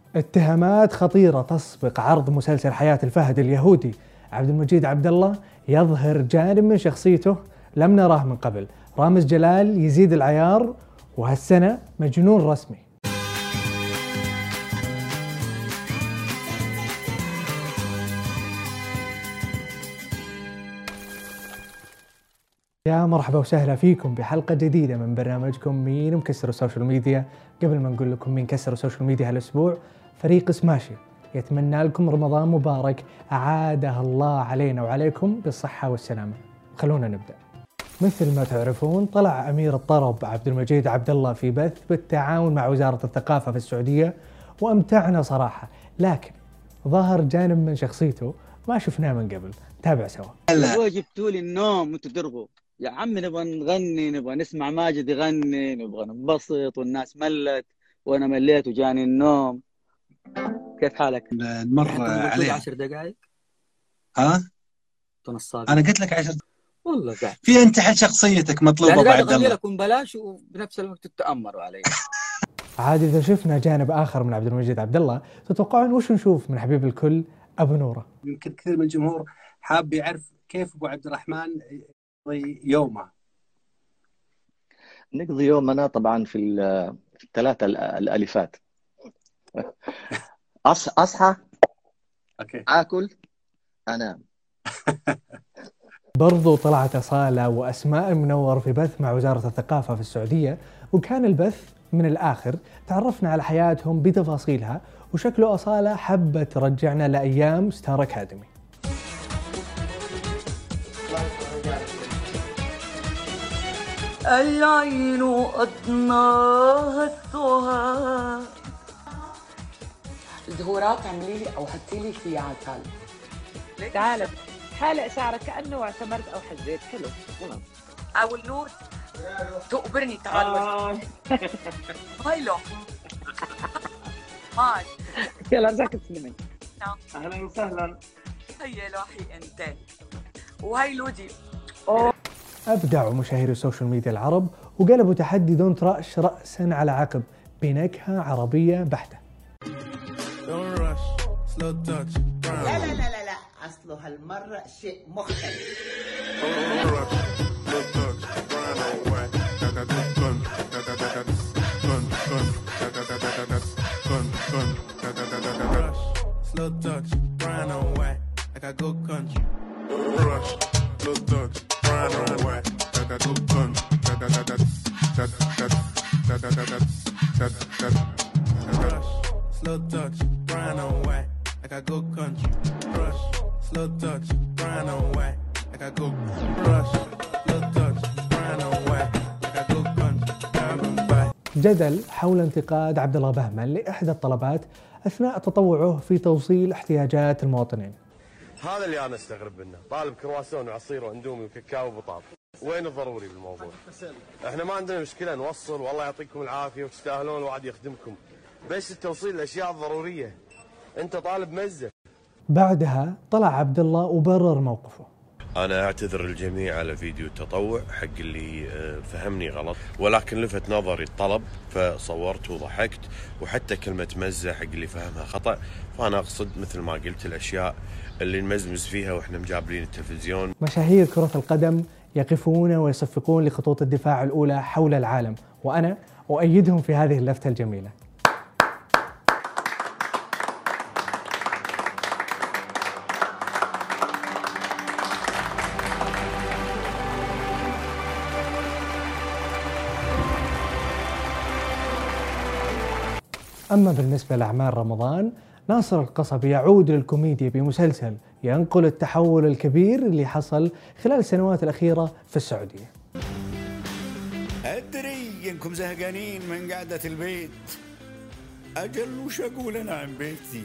اتهامات خطيرة تسبق عرض مسلسل حياة الفهد اليهودي. عبد المجيد عبد الله يظهر جانب من شخصيته لم نراه من قبل. رامز جلال يزيد العيار، وهالسنة مجنون رسمي. يا مرحبا وسهلا فيكم بحلقة جديدة من برنامجكم مين مكسر السوشيال ميديا. قبل ما نقول لكم مين كسر السوشيال ميديا هالأسبوع، فريق سماشي يتمنى لكم رمضان مبارك أعاده الله علينا وعليكم بالصحة والسلامة. خلونا نبدأ. مثل ما تعرفون، طلع أمير الطرب عبد المجيد عبد الله في بث بالتعاون مع وزارة الثقافة في السعودية، وأمتعنا صراحة، لكن ظهر جانب من شخصيته ما شفناه من قبل. تابع سوا. هو جبتوا لي النوم وانتوا ترغوا يا عم، نبغى نغني، نبغى نسمع ماجد يغني، نبغى ننبسط، والناس ملت وانا مليت وجاني النوم. كيف حالك؟ نمر عليه 10 دقائق. ها؟ تنصاب. انا قلت لك 10 والله قاعد في انت حل شخصيتك مطلوبه يعني قاعد بعد اغني الله. لكم بلاش وبنفس الوقت تتامروا علي. عاد إذا شفنا جانب آخر من عبد المجيد عبد الله، تتوقعون وش نشوف من حبيب الكل أبو نورة؟ يمكن كثير من الجمهور حاب يعرف كيف ابو عبد الرحمن يقضي يومه. نقضي يومنا طبعا في الثلاثة الألفات. أصحى، اوكي، آكل، أنام. برضو طلعت أصالة وأسماء منور في بث مع وزارة الثقافة في السعودية، وكان البث من الآخر. تعرفنا على حياتهم بتفاصيلها، وشكله أصالة حبت ترجعنا لأيام ستار أكاديمي. العين أدناها السهى. الزهورات اعملي لي او حطي لي فيها على الثالث. تعال حالق شعرك كأنه اعتمرت أو حزيت. حلو خلاص. او النور تقبرني. تعال هاي له هاي. يلا رجعك تسلمي. اهلا وسهلا. هيا لوحي انت وهي لودي. أبدعوا مشاهير السوشيال ميديا العرب وقلبوا تحدي دونت رأش رأسا على عقب بنكهة عربية بحتة. لا لا لا لا لا، أصله هالمرة شيء مختلف. جدل حول انتقاد عبد الله بهمن لإحدى الطلبات أثناء تطوعه في توصيل احتياجات المواطنين. هذا اللي أنا أستغرب منه، طالب كرواسون وعصير واندومي وكاكاو وبطاط، وين الضروري بالموضوع؟ احنا ما عندنا مشكلة نوصل، والله يعطيكم العافية وتستاهلون الواحد يخدمكم، بس التوصيل الأشياء الضرورية. أنت طالب مزة. بعدها طلع عبد الله وبرر موقفه. أنا أعتذر الجميع على فيديو التطوع حق اللي فهمني غلط، ولكن لفت نظري الطلب فصورت وضحكت، وحتى كلمة مزة حق اللي فهمها خطأ، فأنا أقصد مثل ما قلت الأشياء اللي نمزمز فيها وإحنا مجابلين التلفزيون. مشاهير كرة القدم يقفون ويصفقون لخطوط الدفاع الأولى حول العالم، وأنا أؤيدهم في هذه اللفتة الجميلة. أما بالنسبة لأعمال رمضان، ناصر القصبي يعود للكوميديا بمسلسل ينقل التحول الكبير اللي حصل خلال السنوات الأخيرة في السعودية. أدري إنكم زهقانين من قعدة البيت، أجل وش أقول أنا عن بيتي.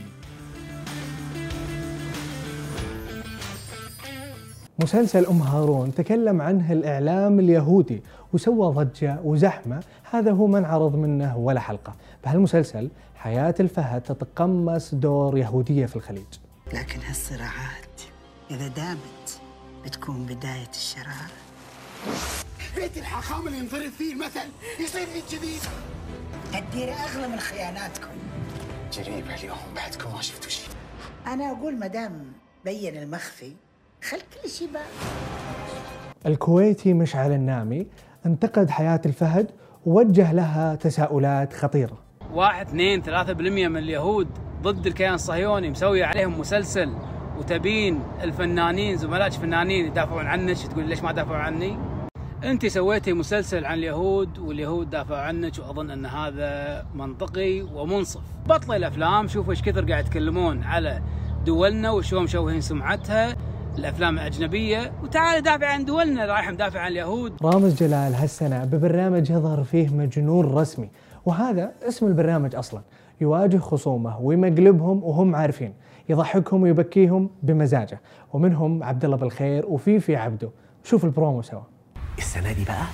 مسلسل أم هارون تكلم عنه الإعلام اليهودي وسوى ضجة وزحمة، هذا هو ما انعرض منه ولا حلقة. بهالمسلسل حياة الفهد تتقمص دور يهودية في الخليج. لكن هالصراعات إذا دامت بتكون بداية الشرارة. بيت الحاخام اللي ينضرب فيه المثل يصير في الجديد. الديرة أغلى من خياناتكم. جريبة اليوم بعدكم ما شفتوا شيء. انا اقول مدام بين المخفي خل كل شيء بقى. الكويتي مشعل النامي انتقد حياة الفهد ووجه لها تساؤلات خطيرة. 1 2 3% من اليهود ضد الكيان الصهيوني مسوي عليهم مسلسل، وتبين الفنانين زملائك فنانين يدافعون عنك، تقول ليش ما دافعوا عني؟ انت سويتي مسلسل عن اليهود واليهود دافعوا عنك، واظن ان هذا منطقي ومنصف. بطلي الافلام، شوفوا ايش كثر قاعد يتكلمون على دولنا وشلون مشوهين سمعتها الافلام الاجنبيه، وتعال دافع عن دولنا، رايح مدافع عن اليهود. رامز جلال هالسنه ببرنامج يظهر فيه مجنون رسمي، وهذا اسم البرنامج اصلا، يواجه خصومه ويمقلبهم وهم عارفين، يضحكهم ويبكيهم بمزاجه، ومنهم عبد الله بالخير وفيفي عبده. شوف البرومو سوا. السنة دي بقى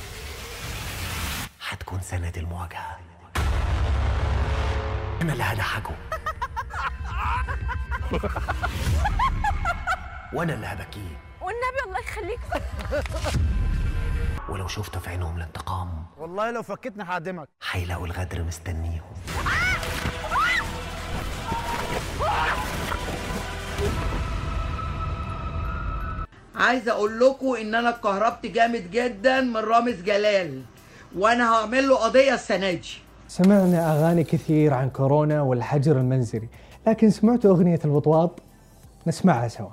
حتكون سنة المواجهة. أنا اللي هضحكه وأنا اللي هبكيه، والنبي الله يخليك. ولو شفته في عينهم الانتقام والله لو فكتني هعدمك. هيلاقوا الغدر مستنيهم. عايزه اقول لكم ان انا اتكهربت جامد جدا من رامز جلال، وانا هعمل له قضيه السنه دي. سمعنا اغاني كثير عن كورونا والحجر المنزلي، لكن سمعتوا اغنيه الوطواط؟ نسمعها سوا.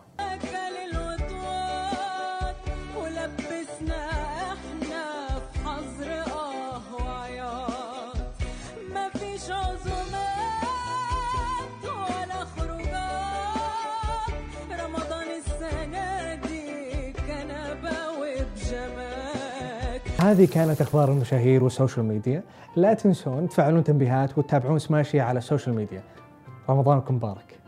هذه كانت أخبار المشاهير والسوشيال ميديا. لا تنسون تفعلون تنبيهات وتتابعون سماشي على السوشيال ميديا. رمضانكم مبارك.